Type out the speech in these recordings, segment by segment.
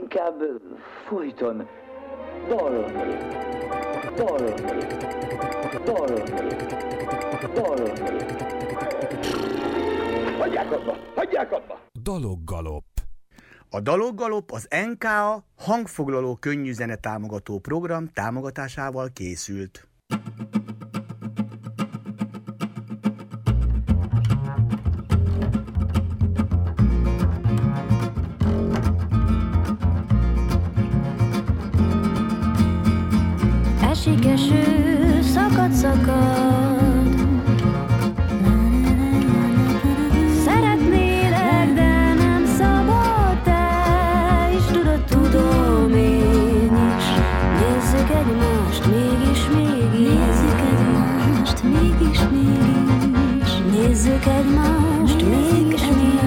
inkább folyton dalolni. Hagyják abba! Daloggalop. A Daloggalop az NKA hangfoglaló könnyűzene támogató program támogatásával készült. Esik eső, szakad, szeretnélek, de nem szabad, te is tudod, tudom én is. Nézzük egymást, mégis, nézzük egymást, mégis, nézzük egymást, mégis,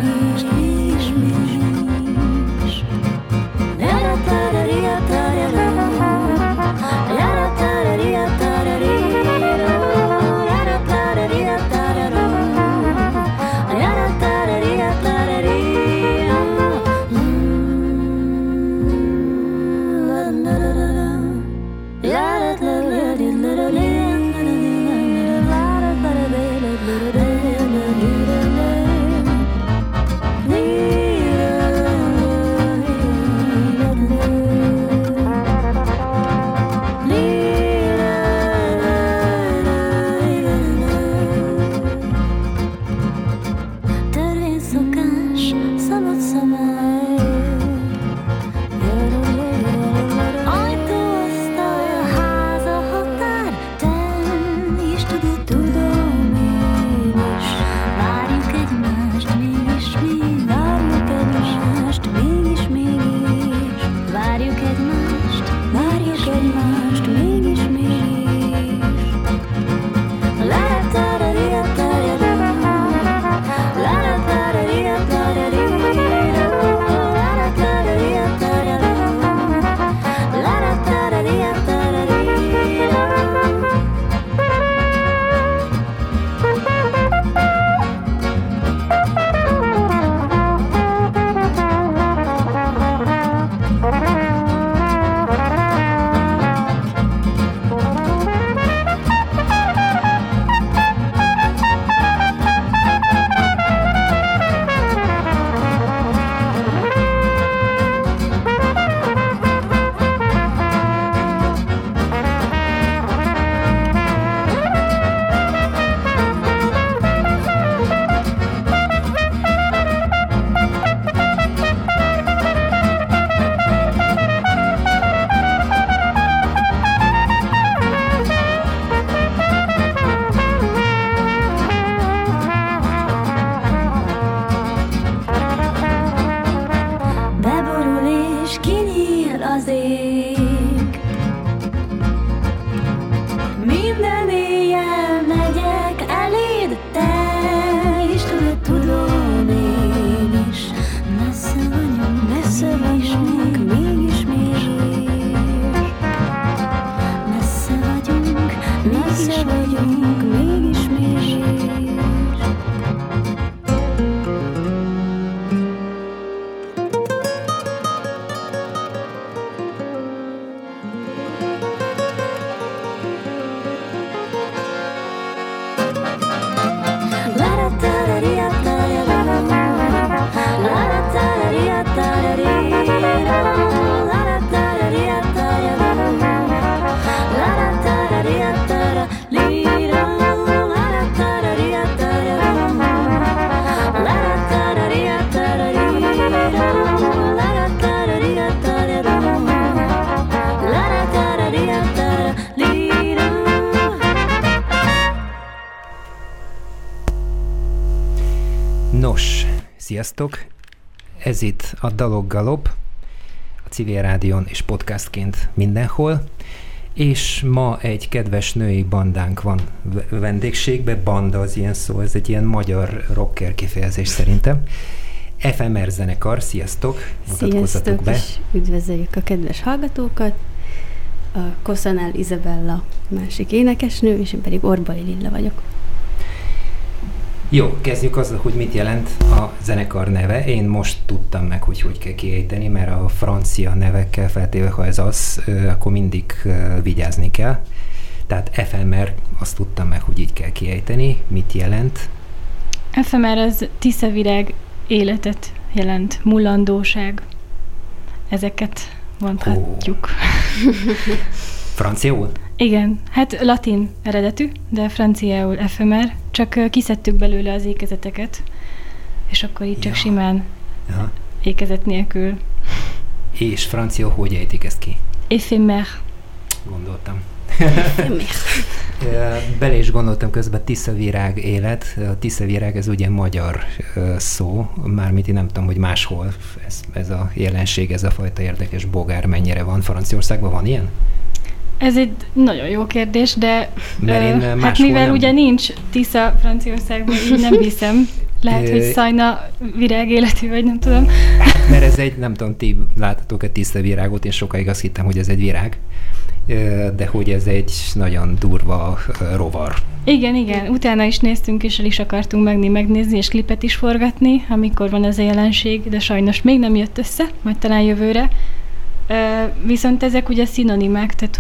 Nos, sziasztok! Ez itt a Daloggalop, a Civil Rádión és podcastként mindenhol, és ma egy kedves női bandánk van vendégségben. Banda az ilyen szó, ez egy ilyen magyar rocker kifejezés szerintem. FMR zenekar, sziasztok! Sziasztok, be. És üdvözöljük a kedves hallgatókat! A Koszanál Izabella másik énekesnő, és én pedig Orbai Lilla vagyok. Jó, kezdjük azzal, hogy mit jelent a zenekar neve. Én most tudtam meg, hogy kell kiejteni, mert a francia nevekkel feltéve, ha ez az, akkor mindig vigyázni kell. Tehát FMR, azt tudtam meg, hogy így kell kiejteni. Mit jelent? FMR az tiszavirág életet jelent, mullandóság. Ezeket mondhatjuk. Franciául? Igen, hát latin eredetű, de franciául FMR, csak kiszedtük belőle az ékezeteket, és akkor így csak simán ékezet nélkül. És francia, hogy ejtik ezt ki? Éphémère. Gondoltam. Bele is gondoltam közben tiszavirág élet. A tiszavirág ez ugye magyar szó, mármint én nem tudom, hogy máshol ez a jelenség, ez a fajta érdekes bogár mennyire van. Franciaországban van ilyen? Ez egy nagyon jó kérdés, de hát mivel nem... ugye nincs Tisza Franciaországban, így nem hiszem. Lehet, hogy szajna virág életű, vagy nem tudom. Mert ez egy, nem tudom, ti láttatok-e tiszavirágot, én sokáig azt hittem, hogy ez egy virág, de hogy ez egy nagyon durva rovar. Igen, utána is néztünk, és el is akartunk megnézni, és klipet is forgatni, amikor van ez a jelenség, de sajnos még nem jött össze, majd talán jövőre. Viszont ezek ugye szinonimák, tehát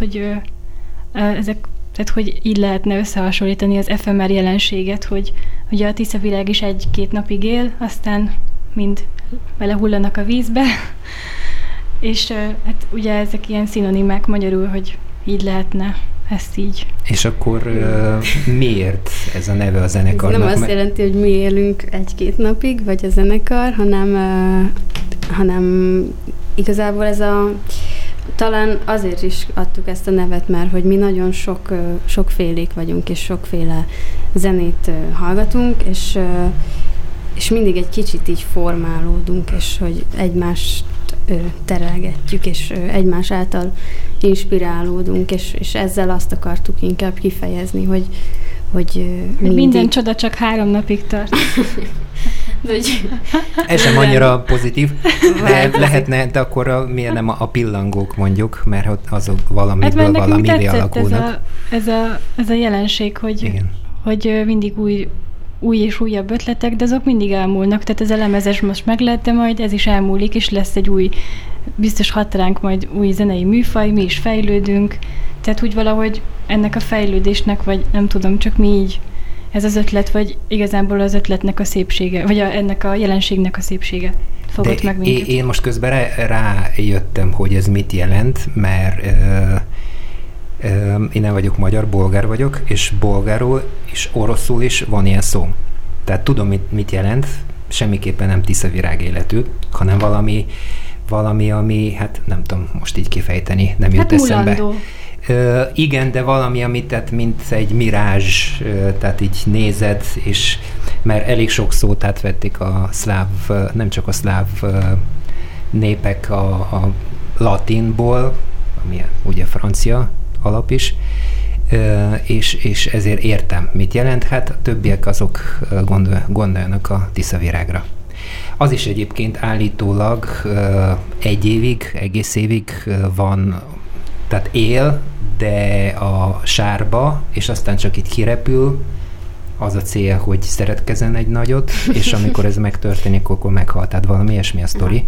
hogy így lehetne összehasonlítani az FMR jelenséget, hogy ugye a tiszavirág is 1-2 napig él, aztán mind belehullanak a vízbe, és hát ugye ezek ilyen szinonimák magyarul, hogy így lehetne ezt így. És akkor miért ez a neve a zenekarnak? Ez nem azt jelenti, hogy mi élünk 1-2 napig, vagy a zenekar, hanem igazából ez talán azért is adtuk ezt a nevet, mert hogy mi nagyon sokfélék vagyunk, és sokféle zenét hallgatunk, és mindig egy kicsit így formálódunk, és hogy egymást terelgetjük, és egymás által inspirálódunk, és ezzel azt akartuk inkább kifejezni, hogy minden csoda csak 3 napig tart. Ez sem annyira pozitív, de lehetne, de akkor miért nem a pillangók mondjuk, mert azok valamiből valamivé alakulnak. Ez a jelenség, hogy mindig új és újabb ötletek, de azok mindig elmúlnak, tehát ez a lemezes most meg lehet, de majd ez is elmúlik, és lesz egy új, biztos hat ránk majd új zenei műfaj, mi is fejlődünk, tehát úgy valahogy ennek a fejlődésnek, vagy nem tudom, csak mi így ez az ötlet, vagy igazából az ötletnek a szépsége, vagy ennek a jelenségnek a szépsége fogott meg minket. Én most közben rájöttem, hogy ez mit jelent, mert én nem vagyok magyar, bolgár vagyok, és bolgárul és oroszul is van ilyen szó. Tehát tudom, mit jelent, semmiképpen nem tiszavirág életű, hanem valami, ami, hát nem tudom most így kifejteni, nem jut eszembe. Mulandó. Igen, de valami, amit tehát mint egy mirázs, tehát így nézed, és mert elég sok szót átvették a szláv, nem csak a szláv népek a latinból, ami ugye francia alap is, és ezért értem, mit jelent. Hát a többiek azok gondoljanak a tiszavirágra. Az is egyébként állítólag egész évig van, tehát él, de a sárba, és aztán csak itt kirepül, az a cél, hogy szeretkezzen egy nagyot, és amikor ez megtörténik, akkor meghal. Tehát valami ilyesmi a sztori.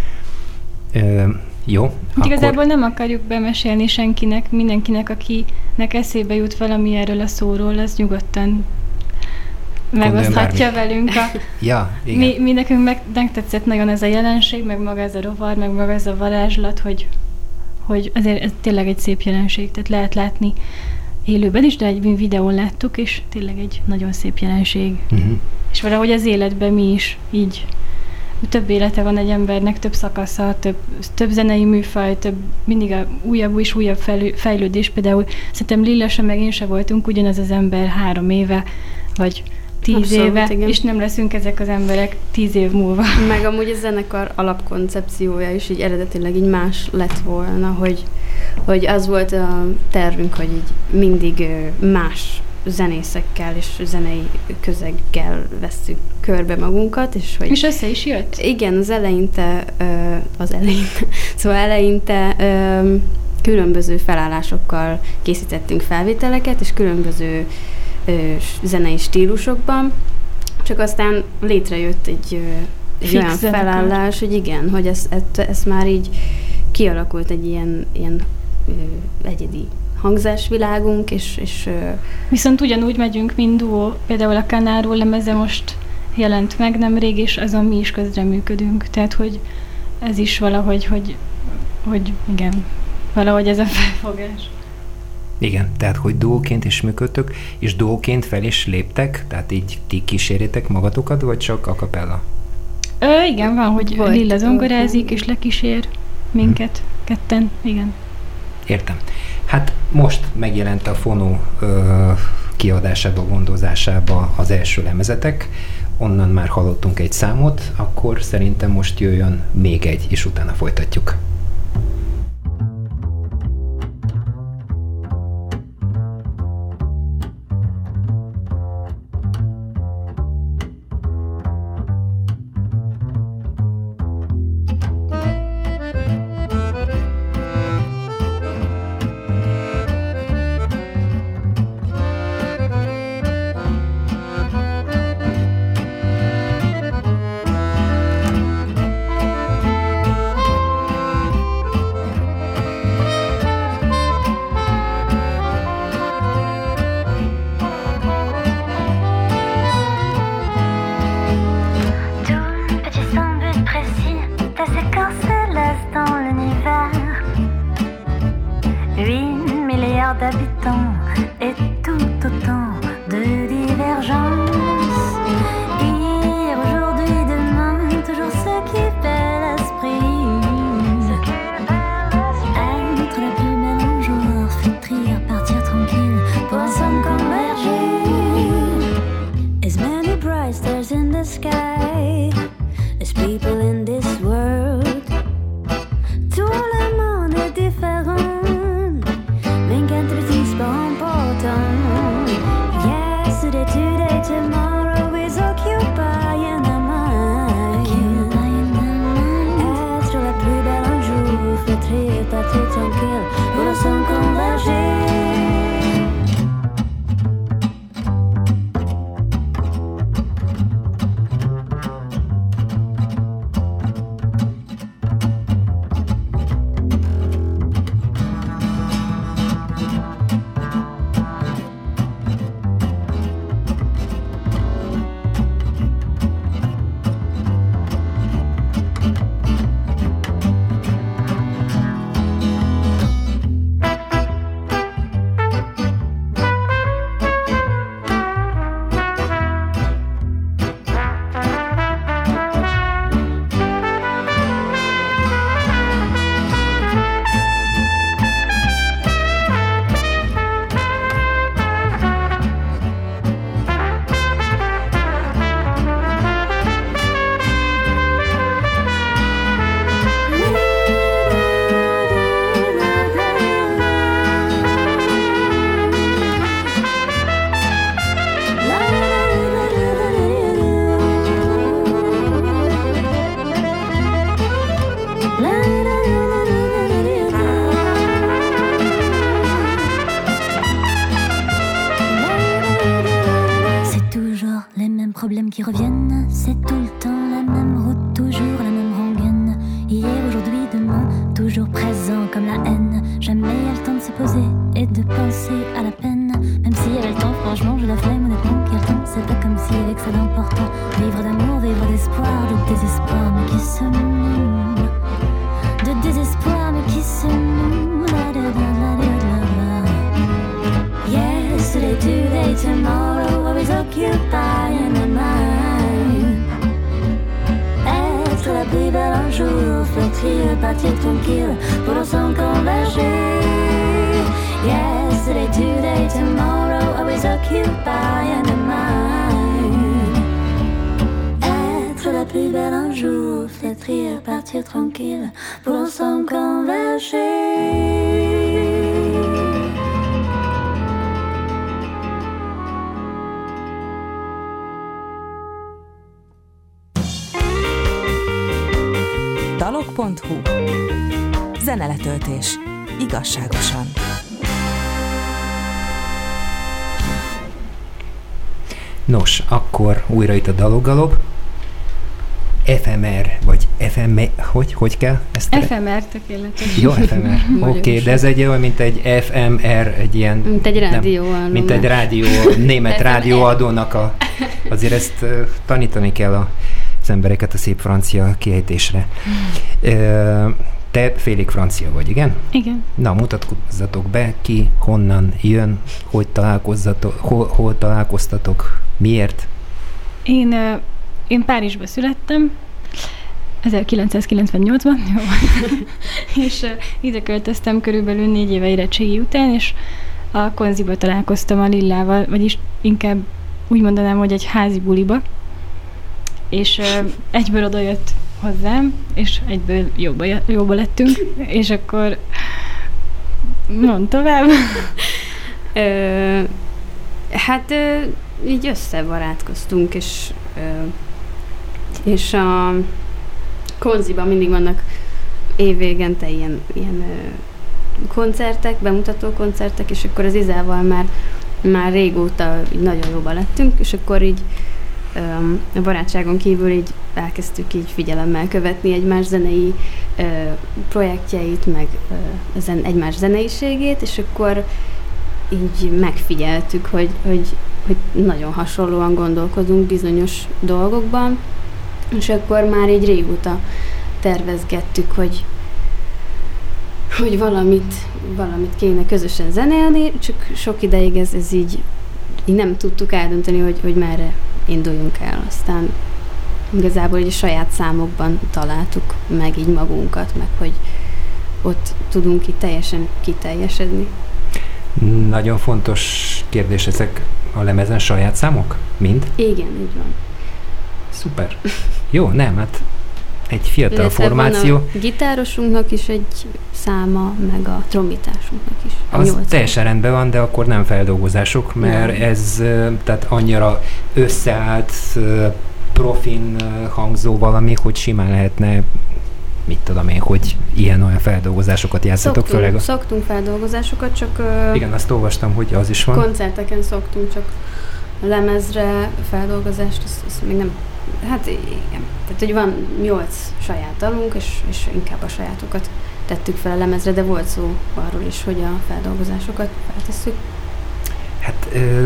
Jó. Igazából nem akarjuk bemesélni senkinek, mindenkinek, akinek eszébe jut valami erről a szóról, az nyugodtan megoszthatja velünk. Mi nekünk megtetszett nagyon ez a jelenség, meg maga ez a rovar, meg maga ez a varázslat, hogy azért ez tényleg egy szép jelenség, tehát lehet látni élőben is, de egy videón láttuk, és tényleg egy nagyon szép jelenség. Uh-huh. És valahogy az életben mi is így több élete van egy embernek, több szakasza, több zenei műfaj, mindig a újabb és újabb fejlődés. Például szerintem Lilla sem, meg én se voltunk ugyanaz az ember 3 éve, vagy 10 abszolút, éve, igen. És nem leszünk ezek az emberek 10 év múlva. Meg amúgy a zenekar alapkoncepciója is így eredetileg így más lett volna, hogy az volt a tervünk, hogy így mindig más zenészekkel és zenei közeggel vesszük körbe magunkat. És össze is jött? Igen, az eleinte különböző felállásokkal készítettünk felvételeket, és különböző zenei stílusokban, Csak aztán létrejött egy olyan felállás, hogy igen, hogy ez már így kialakult egy ilyen egyedi hangzásvilágunk, és viszont ugyanúgy megyünk, mint duó. Például a Canaro lemeze most jelent meg nemrég, és azon mi is közreműködünk. Tehát, hogy ez is valahogy, hogy igen, valahogy ez a felfogás. Igen, tehát, hogy duóként is működtök, és duóként fel is léptek, tehát így ti kíséritek magatokat, vagy csak a cappella? Igen, van, hogy Lilla zongorázik, és lekísér minket ketten, igen. Értem. Hát most megjelent a Fono kiadásába, gondozásába az első lemezetek, onnan már hallottunk egy számot, akkor szerintem most jöjjön még egy, és utána folytatjuk. Qui reviennent, c'est tout le temps la même route, toujours la même rengaine. Hier, aujourd'hui, demain, toujours présent comme la haine. Jamais il y a le temps de se poser et de penser à la peine. Même s'il y avait le temps, franchement, je la flemme honnêtement. Qui a le temps, c'est pas comme s'il y avait que ça d'important. Vivre d'amour, vivre d'espoir, de désespoir, mais qui se noue. De désespoir, mais qui se noue. Yesterday, today, tomorrow, always occupying my mind. Être la plus belle un jour, flétrir, partir tranquille, pour le sang converger. Yesterday, today, tomorrow, always occupying my mind. Être la plus belle un jour, flétrir, partir tranquille, pour le sang converger. Dalok.hu. Zeneletöltés. Igazságosan. Nos, akkor újra itt a Dalok-galop. FMR, vagy hogy kell ezt? FMR, tökéletes. Jó, FMR. Oké, de ez egy olyan, mint egy FMR, egy ilyen... Mint egy rádióadó. Mint egy német rádióadónak azért ezt tanítani kell az embereket a szép francia kiejtésre. Te félig francia vagy, igen? Igen. Na, mutatkozzatok be, ki, honnan jön, hogy hol találkoztatok, miért? Én Párizsba születtem, 1998-ban, és ide költöztem körülbelül 4 éve érettségi után, és a Konziba találkoztam a Lillával, vagyis inkább úgy mondanám, hogy egy házi buliba, és egyből oda jött hozzám, és egyből jobba lettünk, és akkor mondd tovább. Így összebarátkoztunk, és a Konziban mindig vannak évvégente ilyen koncertek, bemutató koncertek, és akkor az Izával már régóta nagyon jóba lettünk, és akkor így a barátságon kívül így elkezdtük így figyelemmel követni egymás zenei projektjeit, meg egymás zeneiségét, és akkor így megfigyeltük, hogy nagyon hasonlóan gondolkodunk bizonyos dolgokban, és akkor már így régóta tervezgettük, hogy valamit kéne közösen zenélni, csak sok ideig ez így nem tudtuk eldönteni, hogy merre induljunk el. Aztán igazából így a saját számokban találtuk meg így magunkat, meg hogy ott tudunk így teljesen kiteljesedni. Nagyon fontos kérdés, ezek a lemezen saját számok? Mind? Igen, így van. Szuper. Jó, nem, hát egy fiatal formáció. Van a gitárosunknak is egy száma, meg a trombitásunknak is. Az teljesen rendben van, de akkor nem feldolgozások, mert ez tehát annyira összeállt, profin hangzó valami, hogy simán lehetne, mit tudom én, hogy ilyen-olyan feldolgozásosokat játszatok főleg. Szoktunk feldolgozásokat, csak... Igen, azt olvastam, hogy az is van. Koncerteken szoktunk, csak a lemezre feldolgozást, azt még nem... Hát igen. Tehát, hogy van 8 saját dalunk, és inkább a sajátokat tettük fel a lemezre, de volt szó arról is, hogy a feldolgozásokat feltesszük. Hát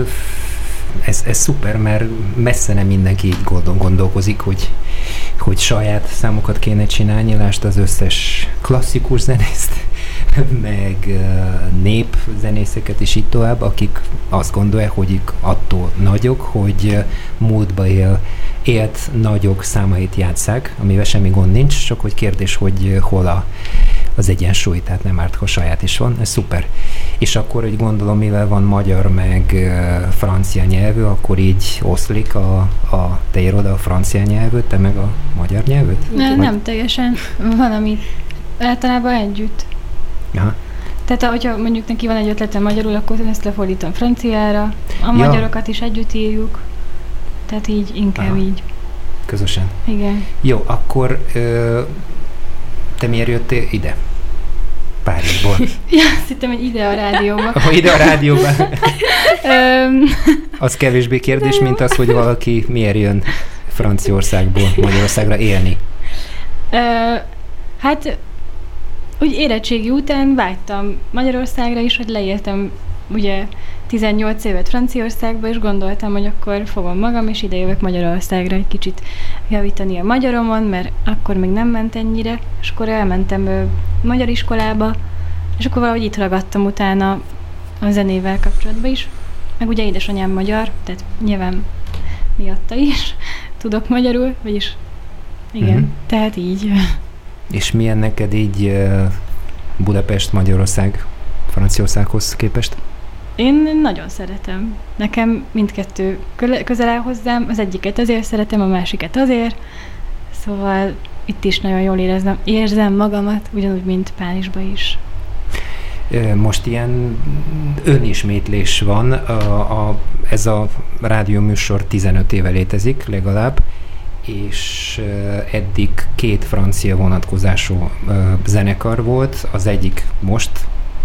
ez szuper, mert messze nem mindenki így gondolkozik, hogy saját számokat kéne csinálni, lásd az összes klasszikus zenészt, meg népzenészeket is így tovább, akik azt gondolják, hogy attól nagyok, hogy múltba élt nagyok számait játsszák, amivel semmi gond nincs, csak hogy kérdés, hogy hol az egyensúly, tehát nem árt, ha saját is van, ez szuper. És akkor, hogy gondolom, mivel van magyar meg francia nyelvű, akkor így oszlik te írod a francia nyelvűt, te meg a magyar nyelvűt? Nem teljesen, van, ami általában együtt. Aha. Tehát, hogyha mondjuk neki van egy ötlete magyarul, akkor ezt lefordítom franciára, a magyarokat is együtt írjuk, tehát így, inkább így. Közösen. Igen. Jó, akkor te miért jöttél ide? Párizsból. Ja, azt hittem, hogy ide a rádióba. Ide a rádióba. Az kevésbé kérdés, mint az, hogy valaki miért jön Franciaországból Magyarországra élni. Hát, úgy érettségi után vágytam Magyarországra is, hogy leéltem ugye 18 évet Franciaországba, és gondoltam, hogy akkor fogom magam, és ide jövök Magyarországra egy kicsit javítani a magyaromon, mert akkor még nem ment ennyire, és akkor elmentem magyar iskolába, és akkor valahogy itt ragadtam utána a zenével kapcsolatban is, meg ugye édesanyám magyar, tehát nyilván miatta is tudok magyarul, vagyis igen, tehát így. És milyen neked így Budapest, Magyarország, Franciaországhoz képest? Én nagyon szeretem. Nekem mindkettő közel áll hozzám, az egyiket azért szeretem, a másikat azért, szóval itt is nagyon jól érzem magamat, ugyanúgy, mint Párizsba is. Most ilyen önismétlés van, ez a rádióműsor 15 éve létezik legalább, és eddig 2 francia vonatkozású zenekar volt, az egyik most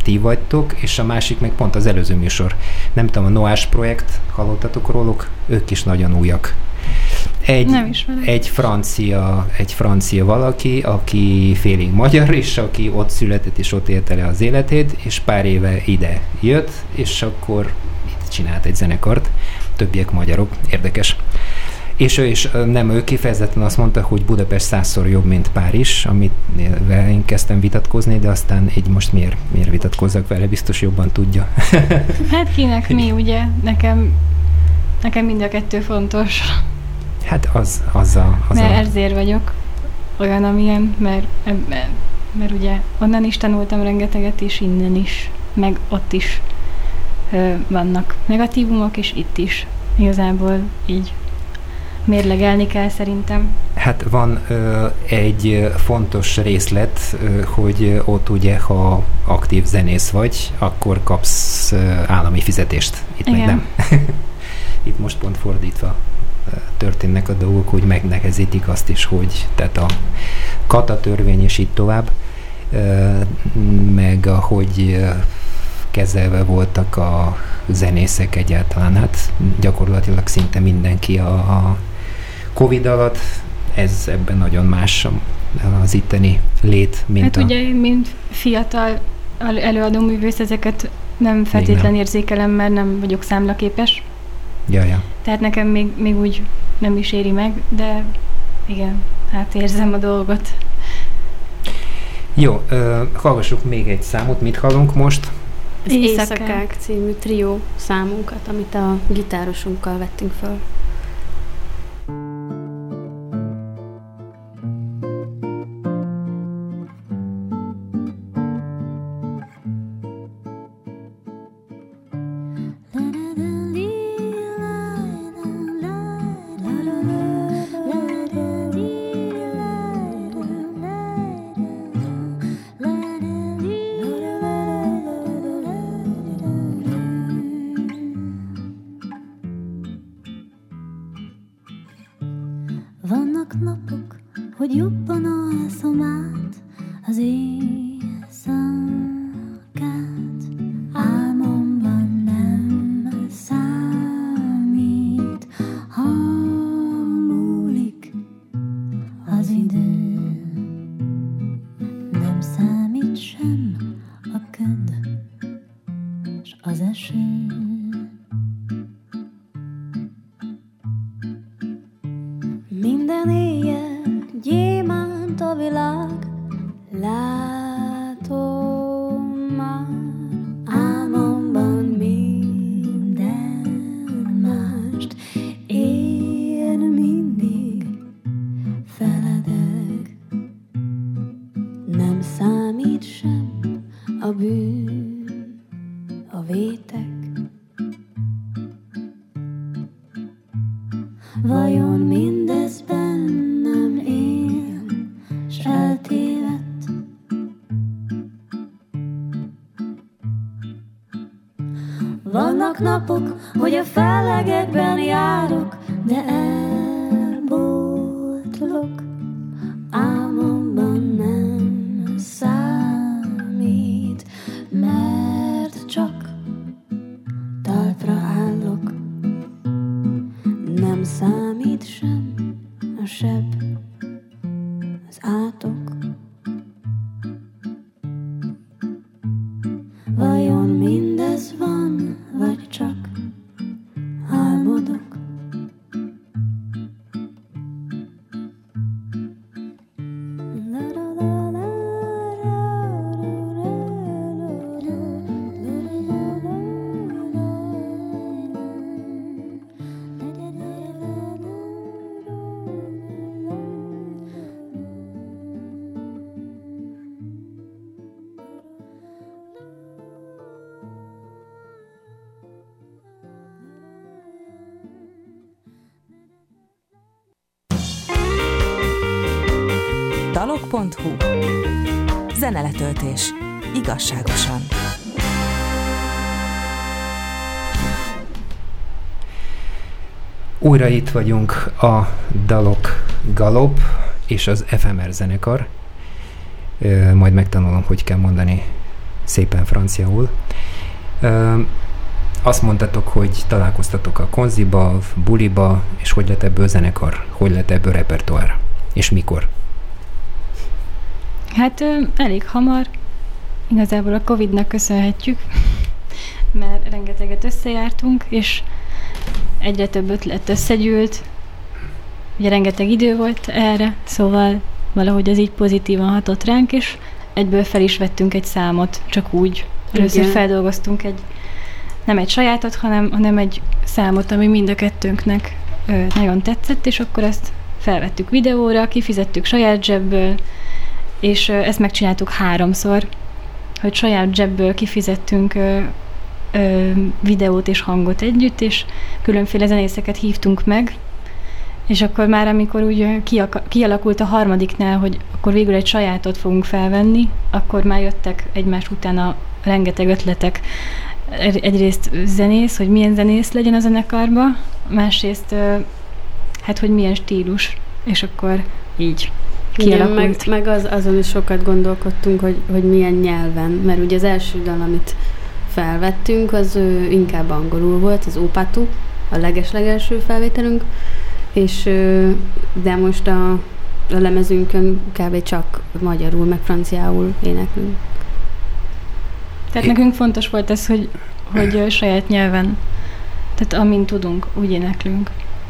ti vagytok, és a másik meg pont az előző műsor. Nem tudom, a Noás projekt, hallottatok róluk? Ők is nagyon újak. Egy francia valaki, aki félig magyar, és aki ott született, és ott élte le az életét, és pár éve ide jött, és akkor itt csinált egy zenekart, többiek magyarok, érdekes. És nem ő kifejezetten azt mondta, hogy Budapest 100-szor jobb, mint Párizs, amit én kezdtem vitatkozni, de aztán így most miért vitatkozzak vele, biztos jobban tudja. Hát kinek mi, ugye? Nekem mind a kettő fontos. Hát mert ezért vagyok olyan, amilyen, mert ugye onnan is tanultam rengeteget, és innen is, meg ott is vannak negatívumok, és itt is. Igazából így mérlegelni kell szerintem. Hát van egy fontos részlet, hogy ott ugye, ha aktív zenész vagy, akkor kapsz állami fizetést. Itt meg nem. Itt most pont fordítva történnek a dolgok, hogy megnehezítik azt is, hogy tehát a kata törvény és így tovább, meg ahogy kezelve voltak a zenészek egyáltalán, hát gyakorlatilag szinte mindenki a Covid alatt, ez ebben nagyon más az itteni lét, mint hát ugye én, mint fiatal előadó művész, ezeket nem feltétlenül érzékelem, mert nem vagyok számlaképes. Ja. Tehát nekem még úgy nem is éri meg, de igen, hát érzem a dolgot. Jó, hallgassuk még egy számot. Mit hallunk most? Az Éjszakák című trió számunkat, amit a gitárosunkkal vettünk föl. Vannak napok, hogy jobban alszom át az éjszakát. Álmomban nem számít, ha múlik az idő. Nem számít sem a köd s az eső. Minden éjjel gyémánt a világ, látom már. Álmomban minden mást, én mindig feledek. Nem számít sem a bűn, a vétek. Vajon mindez bennem él, s eltévedt? Vannak napok, hogy a fellegekben járok, de elbotlok. Álmomban nem számít, mert csak talpra állok. Nem számít sem a seb, az átok. Vajon mindez van, vagy csak álmodok? Dalok.hu. Zeneletöltés. Igazságosan. Újra itt vagyunk, a Dalok Galop és az FMR zenekar. Majd megtanulom, hogy kell mondani szépen franciául. Azt mondtatok, hogy találkoztatok a konziba, buliba, és hogy lett ebből zenekar, hogy lett ebből repertoár, és mikor? Hát elég hamar, igazából a Covid-nak köszönhetjük, mert rengeteget összejártunk, és egyre több ötlet összegyűlt, ugye rengeteg idő volt erre, szóval valahogy ez így pozitívan hatott ránk, és egyből fel is vettünk egy számot, csak úgy. Először feldolgoztunk nem egy sajátot, hanem egy számot, ami mind a kettőnknek nagyon tetszett, és akkor ezt felvettük videóra, kifizettük saját zsebből, és ezt megcsináltuk 3-szor, hogy saját zsebből kifizettünk videót és hangot együtt, és különféle zenészeket hívtunk meg, és akkor már amikor úgy kialakult a harmadiknál, hogy akkor végül egy sajátot fogunk felvenni, akkor már jöttek egymás után a rengeteg ötletek. Egyrészt zenész, hogy milyen zenész legyen a zenekarba, másrészt hát, hogy milyen stílus, és akkor így kialakult. Igen, meg azon is sokat gondolkodtunk, hogy milyen nyelven, mert ugye az első dal, amit felvettünk, az inkább angolul volt, az Ópátú, a leges-legelső felvételünk, és de most a lemezünkön kb. Csak magyarul, meg franciául éneklünk. Tehát nekünk fontos volt ez, hogy saját nyelven, tehát amint tudunk, úgy éneklünk.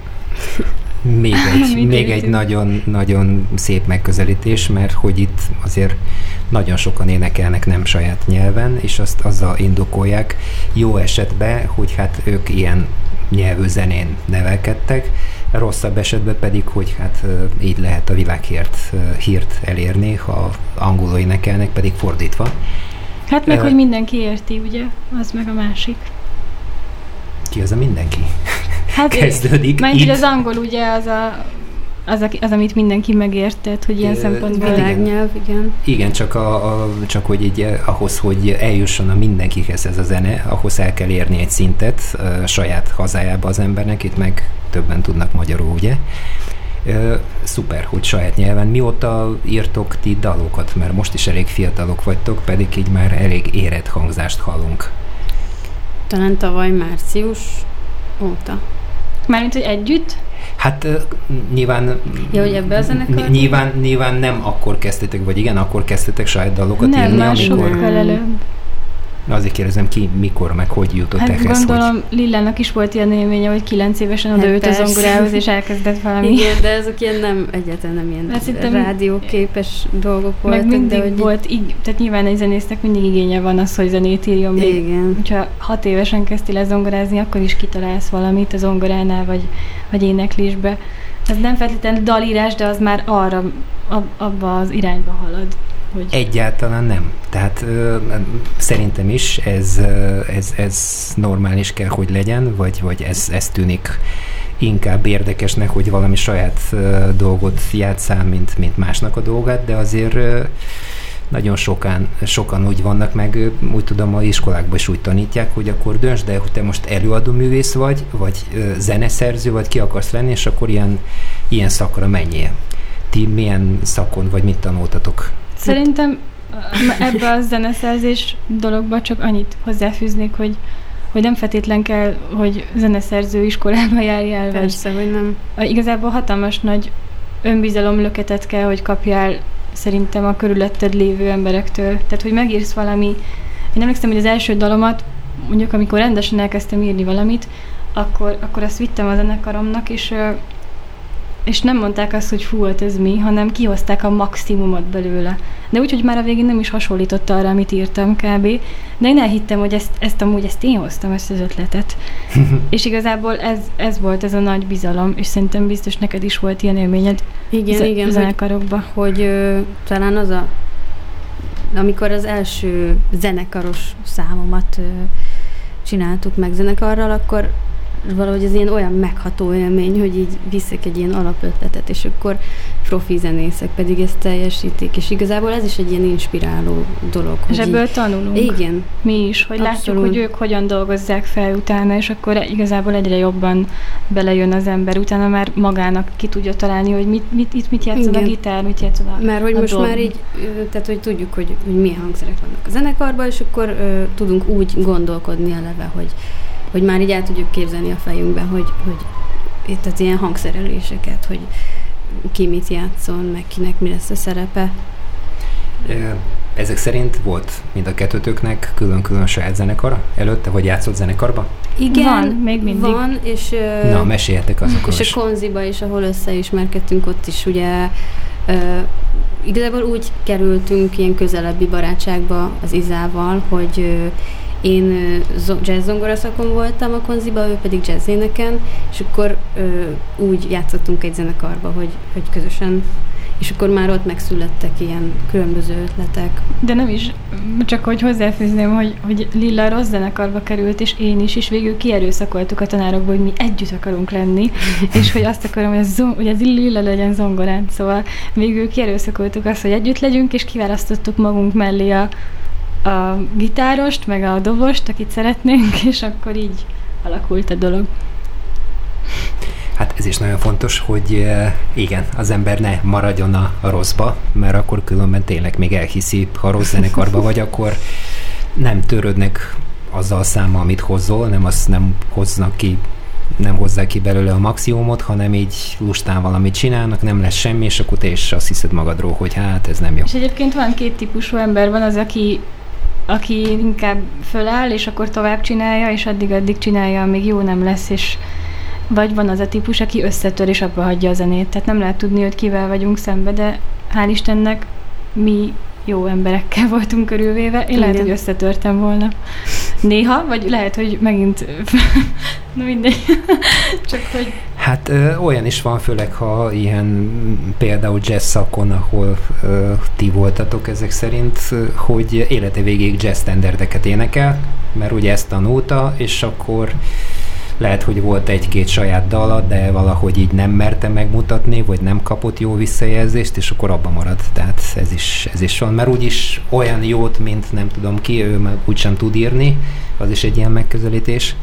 Még egy nagyon szép megközelítés, mert hogy itt azért nagyon sokan énekelnek nem saját nyelven, és azt azzal indokolják jó esetben, hogy hát ők ilyen nyelvű zenén nevelkedtek, rosszabb esetben pedig, hogy hát így lehet a világhírt elérni, ha angolul énekelnek, pedig fordítva. Hát meg, hogy mindenki érti, ugye? Az meg a másik. Ki az a mindenki? Hát kezdődik. Mert az angol ugye az, amit mindenki megértett, hogy ilyen szempontból világnyelv, igen. Igen, csak hogy így ahhoz, hogy eljusson a mindenkihez ez a zene, ahhoz el kell érni egy szintet saját hazájába az embernek, itt meg többen tudnak magyarul, ugye? Szuper, hogy saját nyelven. Mióta írtok ti dalokat? Mert most is elég fiatalok vagytok, pedig így már elég érett hangzást hallunk. Talán tavaly március óta. Mármint, hogy együtt? Hát nyilván... Ja, hogy ebbe a zenekar? Nyilván nem akkor kezdtetek, vagy igen, akkor kezdtetek saját dalokat írni, amikor... Nem, sokkal előbb. Azért kérdezem ki, mikor, meg hogy jutott ehhez? Hát gondolom, Lillának is volt ilyen élménye, hogy 9 évesen odaült a zongorához, és elkezdett valami... Igen, de ezek ilyen egyáltalán nem ilyen rádióképes dolgok voltak. Meg mindig volt, tehát nyilván egy zenésznek mindig igénye van az, hogy zenét írjon. Igen. Hogyha 6 évesen kezdtél el zongorázni, akkor is kitalálsz valamit a zongoránál, vagy éneklésbe. Ez nem feltétlenül dalírás, de az már abba az irányba halad. Hogy... Egyáltalán nem. Tehát szerintem is ez normális kell, hogy legyen, vagy ez tűnik inkább érdekesnek, hogy valami saját dolgot játsszál, mint másnak a dolgát, de azért nagyon sokan úgy vannak, meg úgy tudom, a iskolákban is úgy tanítják, hogy akkor döntsd el, hogy te most előadóművész vagy zeneszerző, vagy ki akarsz lenni, és akkor ilyen szakra menjél. Ti milyen szakon, vagy mit tanultatok? Szerintem ebbe a zeneszerzés dologba csak annyit hozzáfűznék, hogy nem feltétlen kell, hogy zeneszerző iskolába járjál. Persze, hogy nem. Igazából hatalmas nagy önbizalomlöketet kell, hogy kapjál szerintem a körülötted lévő emberektől. Tehát, hogy megírsz valami. Én emlékszem, hogy az első dalomat, mondjuk amikor rendesen elkezdtem írni valamit, akkor azt vittem a zenekaromnak, és nem mondták azt, hogy fú, ez mi, hanem kihozták a maximumot belőle. De úgy, hogy már a végén nem is hasonlított arra, amit írtam kb. De én elhittem, hogy ezt én hoztam, ezt az ötletet. És igazából ez volt ez a nagy bizalom, és szerintem biztos neked is volt ilyen élményed. Igen, zenekarokban. Hogy talán amikor az első zenekaros számomat csináltuk meg zenekarral, akkor valahogy ez ilyen olyan megható élmény, hogy így viszek egy ilyen alapötletet, és akkor profi zenészek, pedig ezt teljesítik, és igazából ez is egy ilyen inspiráló dolog. És ebből tanulunk. Igen. Mi is, hogy abszolút látjuk, hogy ők hogyan dolgozzák fel utána, és akkor igazából egyre jobban belejön az ember, utána már magának ki tudja találni, hogy mit játszol a gitár, mit játszol a mert hogy most már így, tehát hogy tudjuk, hogy milyen hangszerek vannak a zenekarban, és akkor tudunk úgy gondolkodni eleve, hogy már így el tudjuk képzelni a fejünkben, hogy itt az ilyen hangszereléseket, hogy ki mit játszon, meg kinek mi lesz a szerepe. Ezek szerint volt mind a kettőtöknek külön-külön saját zenekara előtte, vagy játszott zenekarba? Igen, van, még mindig. Van, és... Na, meséljetek azokról. És a Konziba is, ahol összeismerkedtünk, ott is ugye igazából úgy kerültünk ilyen közelebbi barátságba az Izával, hogy én jazz zongora szakon voltam a Konziba, ő pedig jazz éneken, és akkor úgy játszottunk egy zenekarba, hogy közösen, és akkor már ott megszülettek ilyen különböző ötletek. De nem is, csak hogy hozzáfűzném, hogy Lilla rossz zenekarba került, és én is, és végül kierőszakoltuk a tanárokból, hogy mi együtt akarunk lenni, és hogy azt akarom, hogy ez Lilla legyen zongorán. Szóval végül kierőszakoltuk azt, hogy együtt legyünk, és kiválasztottuk magunk mellé a gitárost, meg a dobost, akit szeretnénk, és akkor így alakult a dolog. Hát ez is nagyon fontos, hogy igen, az ember ne maradjon a rosszba, mert akkor különben tényleg még elhiszi, ha rossz zenekarba vagy, akkor nem törődnek azzal a számmal, amit hozol, nem hozzák ki belőle a maximumot, hanem így lustán valamit csinálnak, nem lesz semmi, és akkor te is azt hiszed magadról, hogy hát ez nem jó. És egyébként van két típusú ember, van az, aki inkább föláll, és akkor tovább csinálja, és addig csinálja, amíg jó nem lesz, és vagy van az a típus, aki összetör, és abba hagyja a zenét. Tehát nem lehet tudni, hogy kivel vagyunk szembe, de hál' Istennek mi jó emberekkel voltunk körülvéve. Én lehet, hogy összetörtem volna. Néha, vagy lehet, hogy megint... Na mindegy. Csak hogy... Hát olyan is van, főleg ha ilyen például jazz szakon, ahol ti voltatok ezek szerint, hogy élete végéig jazz standardeket énekel, mert ugye ezt tanulta, és akkor lehet, hogy volt egy-két saját dala, de valahogy így nem merte megmutatni, vagy nem kapott jó visszajelzést, és akkor abba marad. Tehát ez is van, mert úgyis olyan jót, mint nem tudom ki, ő úgysem tud írni, az is egy ilyen megközelítés.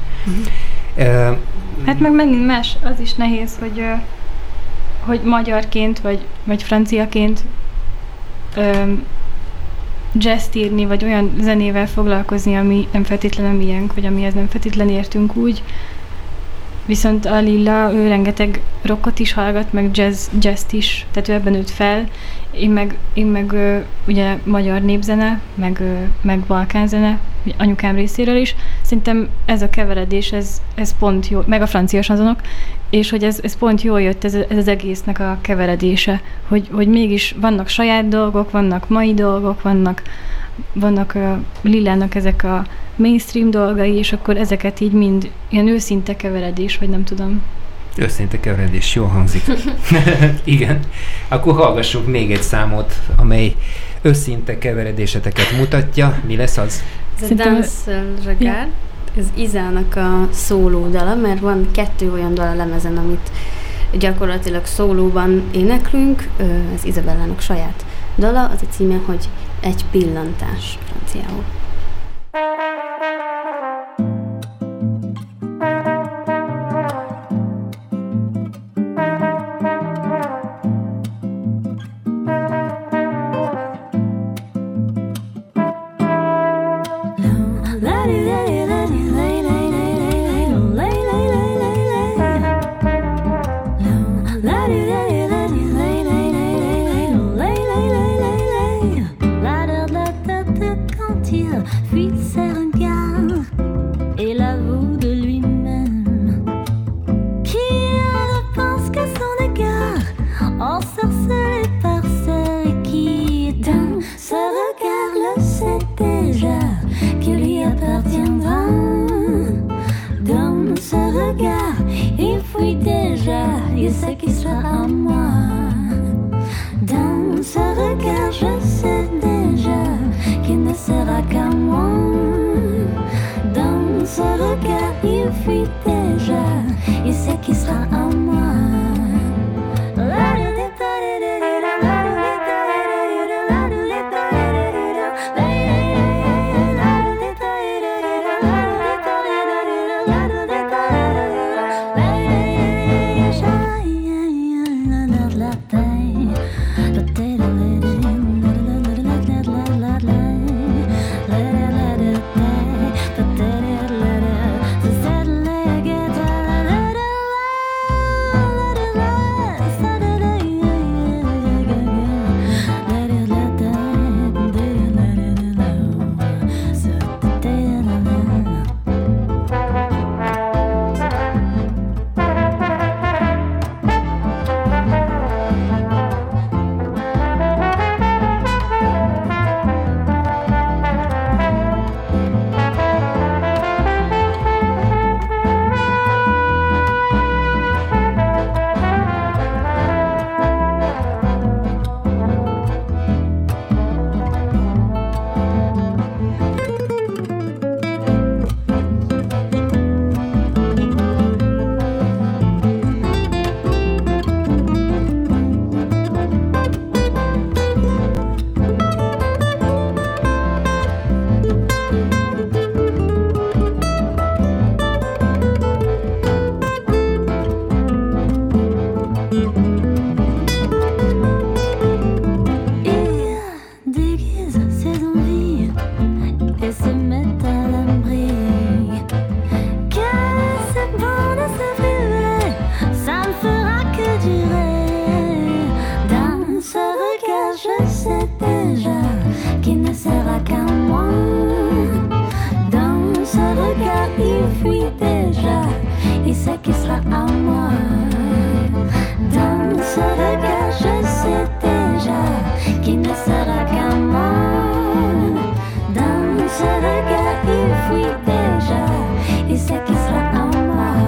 Hát meg megint más, az is nehéz, hogy magyarként, vagy franciaként jazzt írni, vagy olyan zenével foglalkozni, ami nem feltétlenül miénk, vagy amihez nem feltétlenül értünk úgy. Viszont a Lilla, ő rengeteg rockot is hallgat, meg jazzt is, tehát ő ebben nőtt fel. Én meg ugye magyar népzene, meg balkánzene, anyukám részéről is. Szerintem ez a keveredés, ez pont jó, meg a francia sanzonok, és hogy ez pont jól jött, ez az egésznek a keveredése, hogy mégis vannak saját dolgok, vannak mai dolgok, vannak a Lillának ezek a mainstream dolgai, és akkor ezeket így mind ilyen őszinte keveredés, vagy nem tudom. Őszinte keveredés, jól hangzik. Igen. Akkor hallgassunk még egy számot, amely őszinte keveredéseteket mutatja. Mi lesz az? Ez a Dance Regard. Ez Izának a szóló dala, mert van 2 olyan dal a lemezen, amit gyakorlatilag szólóban éneklünk. Ez Izabellának saját dala, az a címe, hogy Egy pillantás franciául. Il sait qu'il sera à moi. ne sera qu'à moi. Dans ce regard il fuit déjà, il sait qu'il sera à moi. Dans ce regard je sais déjà qu'il ne sera qu'à moi. Dans ce regard il fuit déjà, il sait qu'il sera à moi.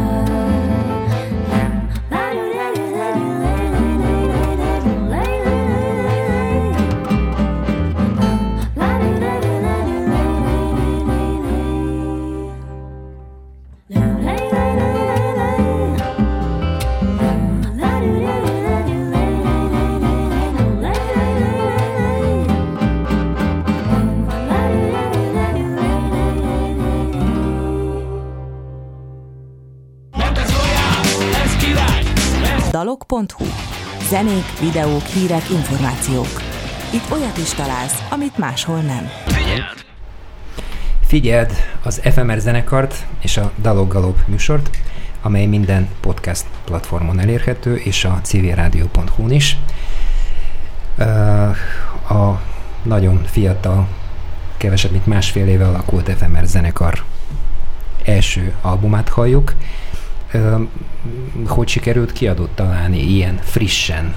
Dalok.hu. Zenék, videók, hírek, információk. Itt olyat is találsz, amit máshol nem. Figyeld az FMR zenekart és a Dalok Galop műsort, amely minden podcast platformon elérhető, és a civilradio.hu-n is. A nagyon fiatal, kevesebb mint másfél éve alakult FMR zenekar első albumát halljuk. Hogy sikerült kiadót találni ilyen frissen?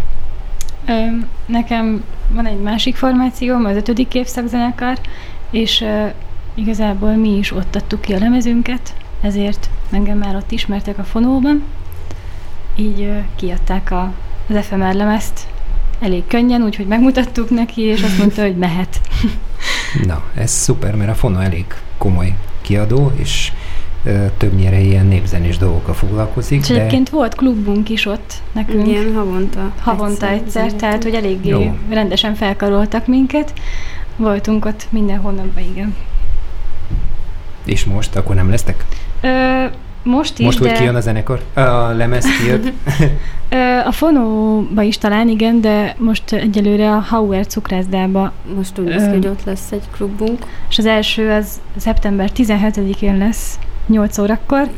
Nekem van egy másik formációm, az 5. évszakzenekar, és igazából mi is ott adtuk ki a lemezünket, ezért engem már ott ismertek a Fonóban. Így kiadták az FMR lemezt elég könnyen, úgyhogy megmutattuk neki, és azt mondta, hogy mehet. Na, ez szuper, mert a Fono elég komoly kiadó, és többnyire ilyen népzenés dolgokkal foglalkozik. És egyébként volt klubunk is ott nekünk. Igen, havonta egyszer, tehát hogy eléggé rendesen felkaroltak minket. Voltunk ott mindenhonnan, igen. És most? Akkor nem lesztek? Most is, most, hogy kijön a zenekar? A lemez kijött? A Fonóba is talán, igen, de most egyelőre a Hauer Cukrászdába. Most úgy lesz, hogy ott lesz egy klubunk. És az első az szeptember 17-én lesz, 8 órakor.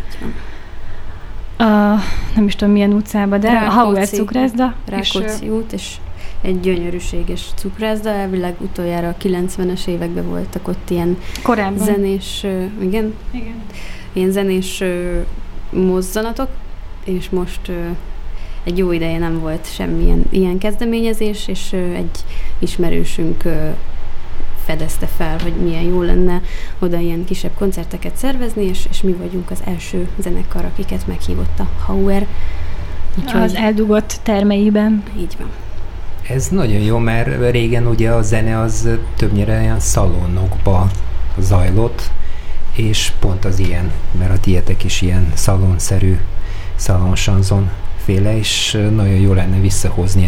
Nem is tudom milyen utcában, de a Hauer Cukrászda. Rákóczi út, és egy gyönyörűséges cukrászda, elvileg utoljára a 90-es években voltak ott ilyen korábban zenés, igen, ilyen zenés mozzanatok, és most egy jó ideje nem volt semmilyen ilyen kezdeményezés, és egy ismerősünk fedezte fel, hogy milyen jó lenne oda ilyen kisebb koncerteket szervezni, és mi vagyunk az első zenekar, akiket meghívott a Hauer. Úgyhogy az eldugott termeiben. Így van. Ez nagyon jó, mert régen ugye a zene az többnyire ilyen szalonokba zajlott, és pont az ilyen, mert a tietek is ilyen szalonszerű, szalonsanzon féle, és nagyon jó lenne visszahozni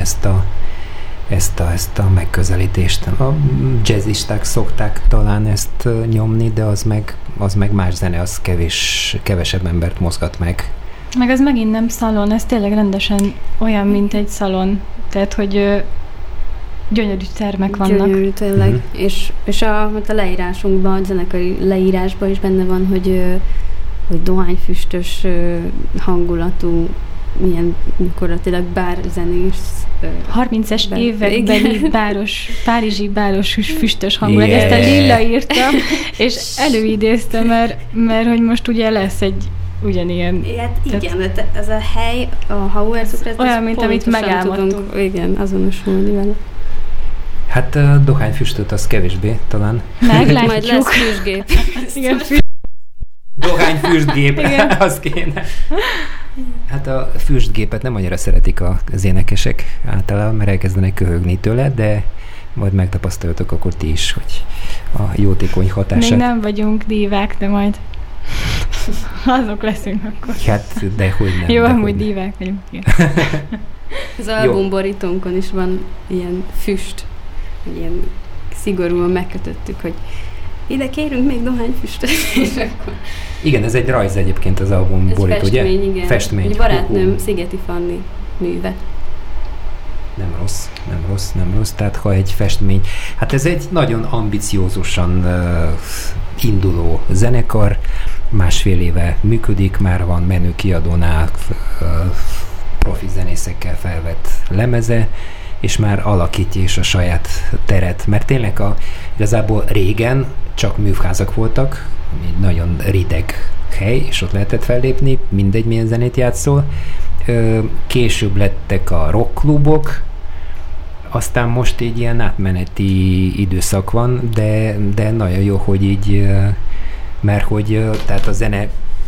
ezt a megközelítést. A jazzisták szokták talán ezt nyomni, de az meg más zene, az kevesebb embert mozgat meg. Meg az megint nem szalon, ez tényleg rendesen olyan, mint egy szalon. Tehát, hogy gyönyörű termek vannak. Gyönyörű, tényleg. Mm-hmm. És a leírásunkban, a zenekari leírásban is benne van, hogy dohányfüstös hangulatú, milyen gyakorlatilag bárzenés. 30-es évekbeli párizsi báros füstös hangulat. Yeah. Ezt a Lilla írta, és előidézte, mert hogy most ugye lesz egy ugyanilyen. Hát igen, ez a hely, a Hauer Cukrászda, olyan, mint amit megálmodtunk. Igen, azonosulni vele. Hát a dohányfüstöt az kevésbé talán. Meglátjuk. Majd lesz füstgép. Igen, dohányfüstgép, az kéne. Hát a füstgépet nem annyira szeretik az énekesek általában, mert elkezdenek köhögni tőle, de majd megtapasztaljatok akkor ti is, hogy a jótékony hatását. Még nem vagyunk dívák, de majd azok leszünk akkor. Hát, de hogy nem. Jó, amúgy dívák vagyunk. Az albumborítónkon is van ilyen füst, ilyen szigorúan megkötöttük, hogy ide kérünk még dohányfüstöt, és akkor... Igen, ez egy rajz egyébként az albumborít, ugye? Festmény, igen. Festmény. Egy barátnőm, Szigeti Fanni műve. Nem rossz. Tehát ha egy festmény... Hát ez egy nagyon ambiciózusan induló zenekar, másfél éve működik, már van menő kiadónál, profi zenészekkel felvett lemeze, és már alakítja is a saját teret. Mert tényleg igazából régen csak műfházak voltak, egy nagyon rideg hely, és ott lehetett fellépni, mindegy, milyen zenét játszol. Később lettek a rockklubok, aztán most így ilyen átmeneti időszak van, de nagyon jó, hogy így, mert hogy tehát a zene,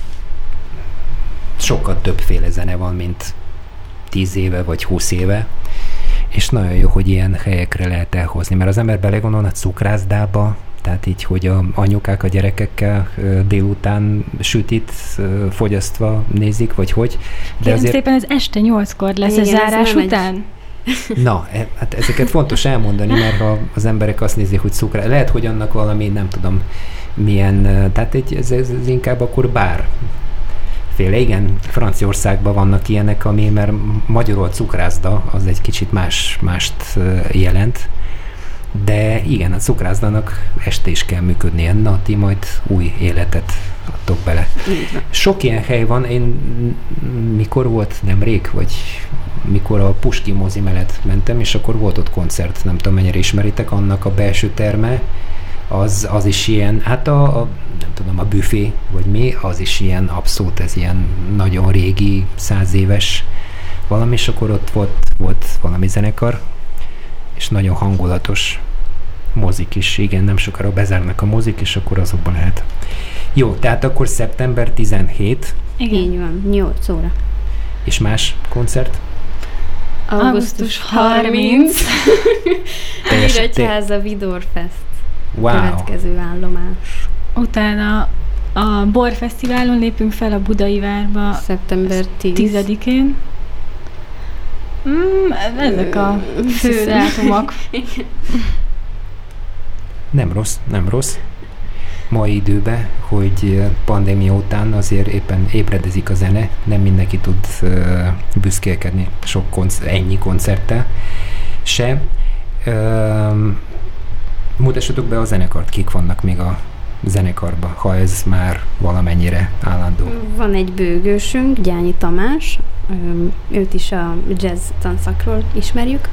sokkal többféle zene van, mint 10 éve vagy 20 éve, és nagyon jó, hogy ilyen helyekre lehet elhozni, mert az ember belegondol a cukrászdába, tehát így, hogy a anyukák a gyerekekkel délután sütit fogyasztva nézik, vagy hogy. De kérem azért... szépen, ez este 8-kor lesz a zárás után? Na, hát ezeket fontos elmondani, mert ha az emberek azt nézik, hogy cukrász, lehet, hogy annak valami, nem tudom, milyen, tehát ez inkább akkor bár féle, igen, Franciaországban vannak ilyenek, ami, mert magyarul cukrászda, az egy kicsit mást jelent, de igen, a cukrászdának este is kell működnie. Na, ti majd új életet adtok bele. Sok ilyen hely van, én mikor volt nemrég, vagy mikor a Puskin mozi mellett mentem, és akkor volt ott koncert, nem tudom, mennyire ismeritek, annak a belső terme, az is ilyen, hát nem tudom, a büfé, vagy mi, az is ilyen abszolút, ez ilyen nagyon régi, 100 éves valami, és akkor ott volt valami zenekar, és nagyon hangulatos mozik is, igen, nem sokára bezárnak a mozik, és akkor azokban lehet. Jó, tehát akkor szeptember 17. Igen. Így van, 8 óra. És más koncert? Augusztus 30. Nyíregyháza Vidorfest. Wow. Következő állomás. Utána a Borfesztiválon lépünk fel a Budai Várba. Szeptember 10-én. Ezek a fő dátumok. Nem rossz. Mai időben, hogy pandémia után azért éppen ébredezik a zene, nem mindenki tud büszkélkedni ennyi koncerttel se. Mutassatok be a zenekart, kik vannak még a zenekarba, ha ez már valamennyire állandó. Van egy bőgősünk, Gyányi Tamás, őt is a jazz tanszakról ismerjük.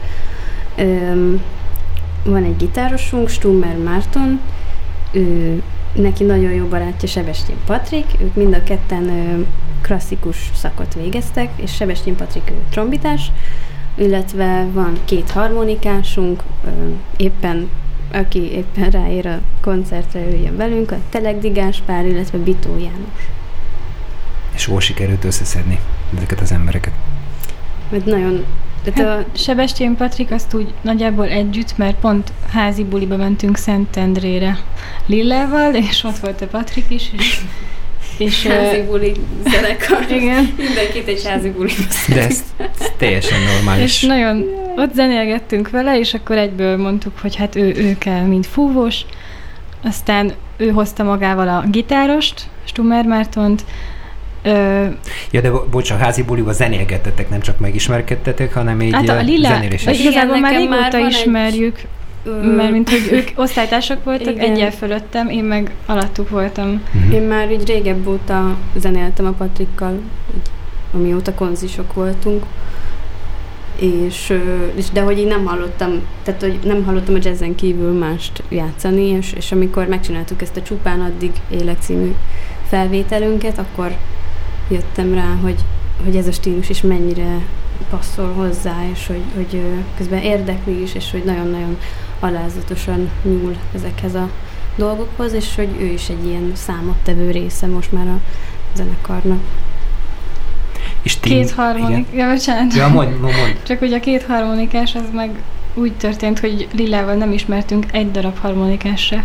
Van egy gitárosunk, Stummer Márton, neki nagyon jó barátja Sebestyén Patrik, ők mind a ketten klasszikus szakot végeztek, és Sebestyén Patrik trombitás, illetve van 2 harmonikásunk, aki éppen ráér a koncertre, ő jön velünk, a Telegdi Gáspár, illetve Bitó János. És hol sikerült összeszedni ezeket az embereket? Mert nagyon... Sebestyén Patrik azt úgy nagyjából együtt, mert pont házi buliba mentünk Szentendrére Lillával, és ott volt a Patrik is, és házi buli zenekar. Igen. Mindenkit egy házi buliba De ez teljesen normális. És nagyon ott zenélgettünk vele, és akkor egyből mondtuk, hogy hát ő kell, mint fúvós. Aztán ő hozta magával a gitárost, Stummer Mártont. Ja, de bocs, a házi buliba zenélgettetek, nem csak megismerkedtetek, hanem így hát a zenélés is. Igazából már régóta ismerjük, mert mint hogy ők osztálytársak voltak, egyel fölöttem, én meg alattuk voltam. Én már így régebb óta zenéltem a Patrikkal, amióta konzisok voltunk, és de hogy így nem hallottam, tehát hogy nem hallottam a jazzen kívül mást játszani, és amikor megcsináltuk ezt a Csupán addig élek című felvételünket, akkor jöttem rá, hogy ez a stílus is mennyire passzol hozzá, és hogy közben érdekli is, és hogy nagyon-nagyon alázatosan nyúl ezekhez a dolgokhoz, és hogy ő is egy ilyen számottevő része most már a zenekarnak. És 2 harmonik... Ja, bocsánat. Ja, mondj. Csak hogy a 2 harmonikás az meg úgy történt, hogy Lillával nem ismertünk egy darab harmonikás se.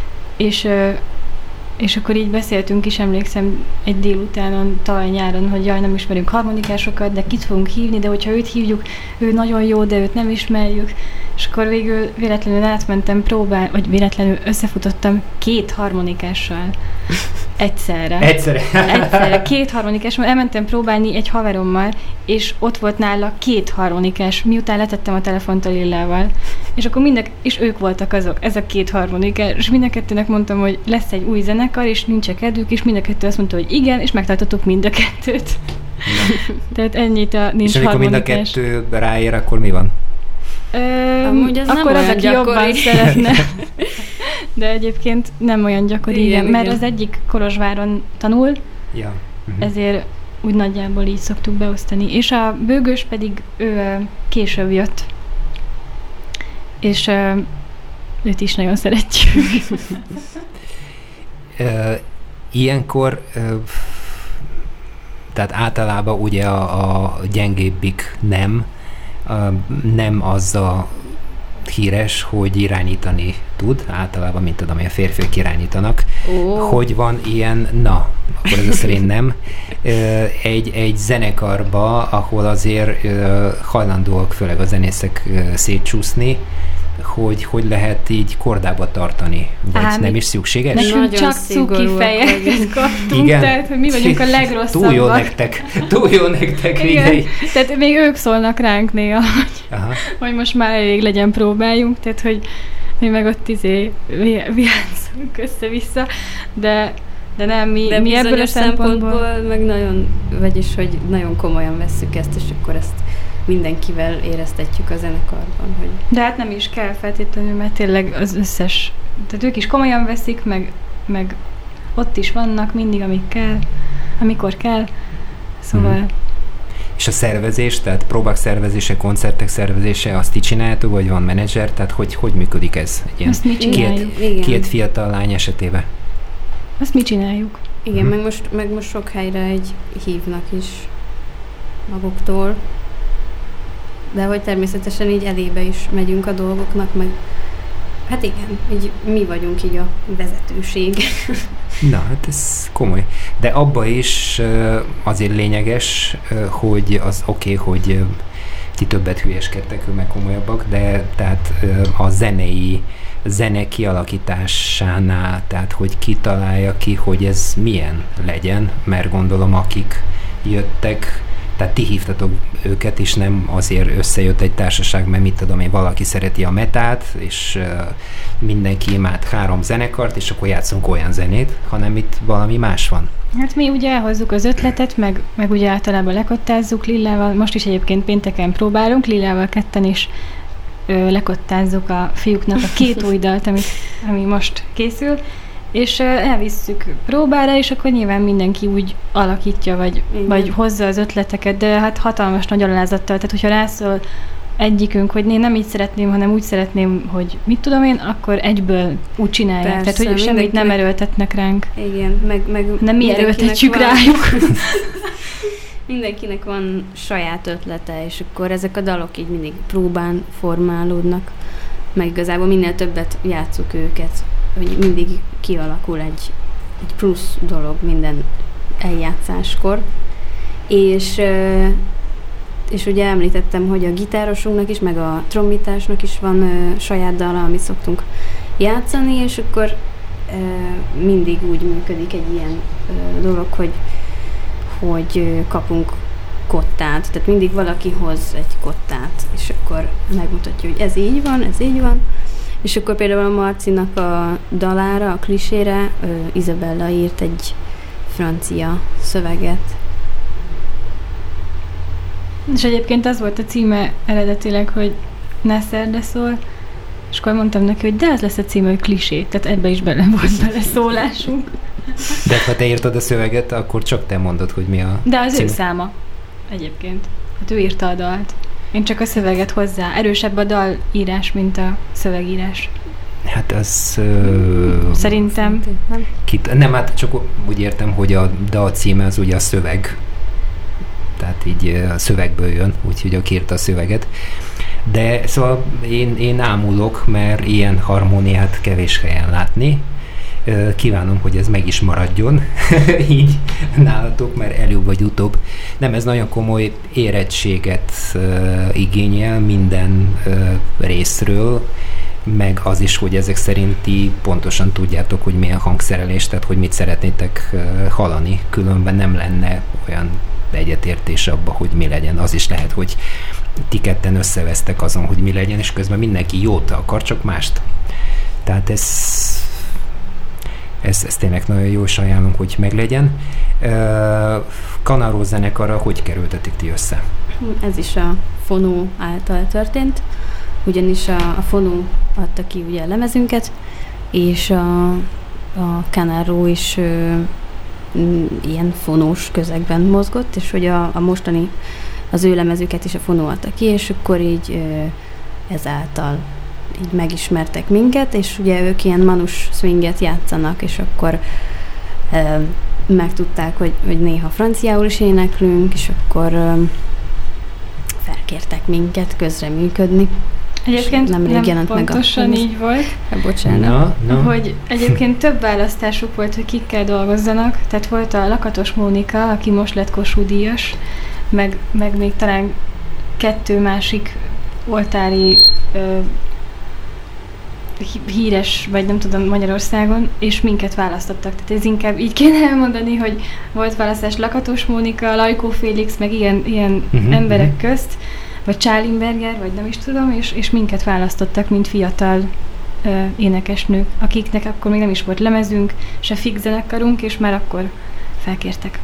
És akkor így beszéltünk is, emlékszem, egy délutánon, tavaly nyáron, hogy jaj, nem ismerünk harmonikásokat, de kit fogunk hívni, de hogyha őt hívjuk, ő nagyon jó, de őt nem ismerjük. És akkor végül véletlenül átmentem vagy véletlenül összefutottam 2 harmonikással. Egyszerre. 2 harmonikással. Elmentem próbálni egy haverommal, és ott volt nála 2 harmonikás, miután letettem a telefont a Lillával. És akkor és ők voltak azok, ez a 2 harmonikás, és mind a kettőnek mondtam, hogy lesz egy új zenekar, és nincs kedvük, és mind a kettő azt mondta, hogy igen, és megtartottuk mind a kettőt. Tehát ennyit nincs harmonikás. És amikor mind a kettő ráér, akkor mi van? Amúgy ez akkor nem az, aki jobban szeretne. De egyébként nem olyan gyakori, igen, mert az egyik Kolozsváron tanul, ezért úgy nagyjából így szoktuk beosztani. És a bőgős pedig ő később jött. És őt is nagyon szeretjük. Ilyenkor tehát általában ugye a gyengébbik nem azzal híres, hogy irányítani tud, általában, mint tudom, a férfiak irányítanak. Hogy van ilyen, akkor ez szerint nem. Egy zenekarba, ahol azért hajlandóak főleg a zenészek szétcsúszni, hogy lehet így kordába tartani, vagy nem is szükséges? Nekünk csak cuki fejeket kaptunk, tehát hogy mi vagyunk a legrosszabbak. Túl jó nektek. Igen, tehát még ők szólnak ránk néha, hogy most már elég legyen, próbáljunk, tehát hogy mi meg ott viánszunk össze-vissza, de nem, mi ebből a szempontból meg nagyon, vagyis hogy nagyon komolyan vesszük ezt, és akkor ezt mindenkivel éreztetjük a zenekarban. Hogy... De hát nem is kell feltétlenül, mert tényleg az összes, tehát ők is komolyan veszik, meg ott is vannak mindig, amikor kell. Szóval... És a szervezés, tehát próbák szervezése, koncertek szervezése, azt így csináljátok, vagy van menedzser, tehát hogy működik ez? Azt mi csináljuk. Két fiatal lány esetében. Azt mi csináljuk. Igen, meg most sok helyre hívnak is maguktól, de hogy természetesen így elébe is megyünk a dolgoknak, meg hát igen, így mi vagyunk így a vezetőség. Na, hát ez komoly. De abba is azért lényeges, hogy az oké, hogy ti többet hülyeskedtek, meg komolyabbak, de tehát a zene kialakításánál, tehát hogy kitalálja ki, hogy ez milyen legyen, mert gondolom, akik jöttek, tehát ti hívtatok őket, és nem azért összejött egy társaság, mert mit tudom én, valaki szereti a metát, és mindenki imád 3 zenekart, és akkor játszunk olyan zenét, hanem itt valami más van. Hát mi ugye elhozzuk az ötletet, meg ugye általában lekottázzuk Lillával, most is egyébként pénteken próbálunk, Lillával ketten is lekottázzuk a fiúknak a 2 új dalt, ami most készül, és elvisszük próbára, és akkor nyilván mindenki úgy alakítja, vagy hozza az ötleteket, de hát hatalmas nagy alázattal, tehát hogyha rászól egyikünk, hogy én nem így szeretném, hanem úgy szeretném, hogy mit tudom én, akkor egyből úgy csinálják. Persze, tehát, hogy semmit nem erőltetnek ránk. Igen, meg nem mi erőltetjük rájuk. Mindenkinek van saját ötlete, és akkor ezek a dalok így mindig próbán formálódnak, meg igazából minél többet játsszuk őket, hogy mindig kialakul egy plusz dolog minden eljátszáskor. És ugye említettem, hogy a gitárosunknak is, meg a trombitásnak is van saját dala, amit szoktunk játszani, és akkor mindig úgy működik egy ilyen dolog, hogy kapunk kottát, tehát mindig valaki hoz egy kottát, és akkor megmutatja, hogy ez így van, és akkor például a Marcinak a dalára, a klisére Izabella írt egy francia szöveget. És egyébként az volt a címe eredetileg, hogy Nasser de szól, és akkor mondtam neki, hogy de az lesz a címe, hogy klisé, tehát ebbe is bele volt beleszólásunk. De ha te írtad a szöveget, akkor csak te mondod, hogy mi a De az címe. Ő száma egyébként. Hát ő írta a dalt. Én csak a szöveget hozzá. Erősebb a dalírás, mint a szövegírás. Hát az... Szerintem. Nem, hát csak úgy értem, hogy a dal címe az ugye a szöveg. Tehát így a szövegből jön, úgyhogy aki írta a szöveget. De szóval én ámulok, mert ilyen harmóniát kevés helyen látni. Kívánom, hogy ez meg is maradjon így nálatok, mert előbb vagy utóbb. Nem, ez nagyon komoly érettséget igényel minden részről, meg az is, hogy ezek szerinti pontosan tudjátok, hogy milyen hangszerelés, tehát hogy mit szeretnétek hallani, különben nem lenne olyan egyetértés abba, hogy mi legyen. Az is lehet, hogy ti ketten összevesztek azon, hogy mi legyen, és közben mindenki jót akar, csak mást. Tehát ez tényleg nagyon jó, és ajánlom, hogy meglegyen. Kanaró zenekarra hogy kerültetik ti össze? Ez is a Fonó által történt. ugyanis a Fonó adta ki ugye a lemezünket, és a Canaro is ilyen fonós közegben mozgott, és hogy a mostani az ő lemezüket is a Fonó adta ki, és akkor így ezáltal így megismertek minket, és ugye ők ilyen manus swinget játszanak, és akkor megtudták, hogy néha franciául is éneklünk, és akkor felkértek minket közreműködni. Egyébként nem pontosan így volt, bocsánat. Hogy egyébként több választásuk volt, hogy kikkel dolgozzanak, tehát volt a Lakatos Mónika, aki most lett Kossuth díjas, meg még talán 2 másik oltári híres, vagy nem tudom, Magyarországon, és minket választottak. Tehát ez inkább így kéne elmondani, hogy volt választás Lakatos Mónika, Lajkó Félix, meg ilyen emberek közt, vagy Csálinberger, vagy nem is tudom, és minket választottak, mint fiatal énekesnők, akiknek akkor még nem is volt lemezünk, se fix zenekarunk, és már akkor felkértek.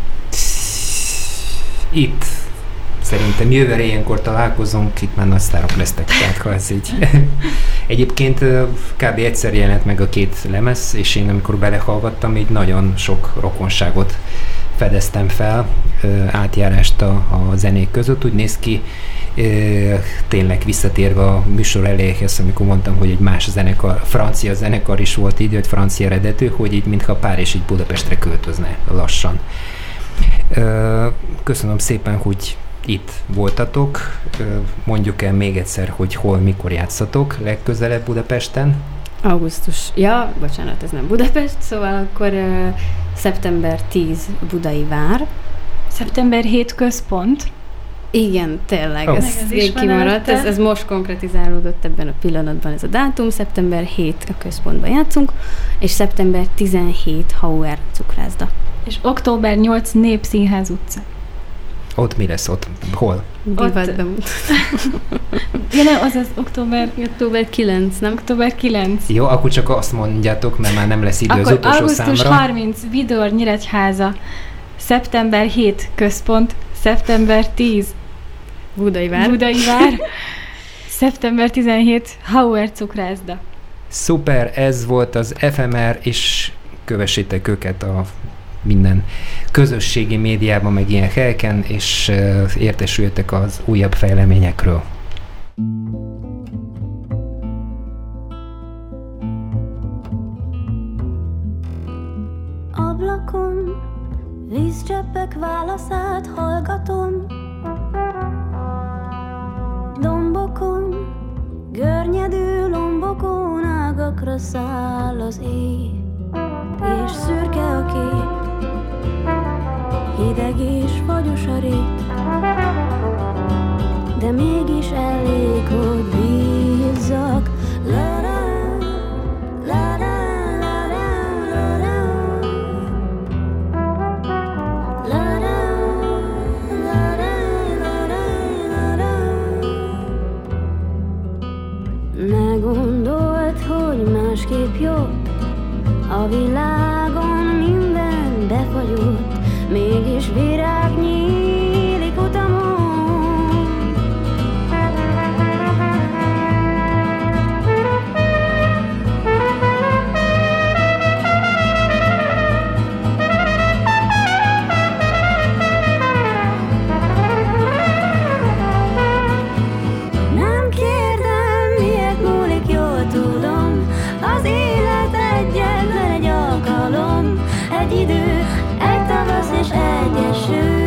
Itt szerintem jövőre ilyenkor találkozunk, itt már nagy sztárok lesztek, tehát ha ez így. Egyébként kb. Egyszer jelent meg a 2 lemez, és én amikor belehallgattam, így nagyon sok rokonságot fedeztem fel, átjárást a zenék között. Úgy néz ki, tényleg visszatérve a műsor elejéhez, amikor mondtam, hogy egy más zenekar, francia zenekar is volt így, vagy francia eredetű, hogy így mintha pár és így Budapestre költözne lassan. Köszönöm szépen, hogy itt voltatok. Mondjuk el még egyszer, hogy hol, mikor játszatok legközelebb Budapesten. Augusztus. Ja, bocsánat, ez nem Budapest, szóval akkor szeptember 10 Budai Vár. Szeptember 7 Központ. Igen, tényleg, ez kimaradt, ez most konkretizálódott ebben a pillanatban ez a dátum, szeptember 7 a Központban játszunk, és szeptember 17 Hauer Cukrászda. És október 8 Népszínház utca. Ott mi lesz? Ott hol? Divatban. Ja nem, az október 9, nem? Október 9. Jó, akkor csak azt mondjátok, mert már nem lesz idő akkor az utolsó augusztus számra. Augusztus 30 Vidor Nyíregyháza, szeptember 7 Központ, szeptember 10 Budai Vár, szeptember 17 Hauer Cukrászda. Szuper, ez volt az FMR, és kövessétek őket a minden közösségi médiában, meg ilyen helyeken, és értesüljetek az újabb fejleményekről. Ablakon vízcseppek válaszát hallgatom, dombokon, görnyedő lombokon ágakra száll az éj, és szürke a kép, hideg és fagyos a rét, de mégis elég, hogy bízzak. La-la, la-la, la-la, la-la. La-la, la-la, la-la, la-la. Ne gondold, hogy másképp jobb, a világon minden befagyott, mégis virág nyílik utamon. Nem kérdem, miért múlik, jól tudom, az élet egyetlen egy alkalom, egy idő, egy tavasz és egy eső.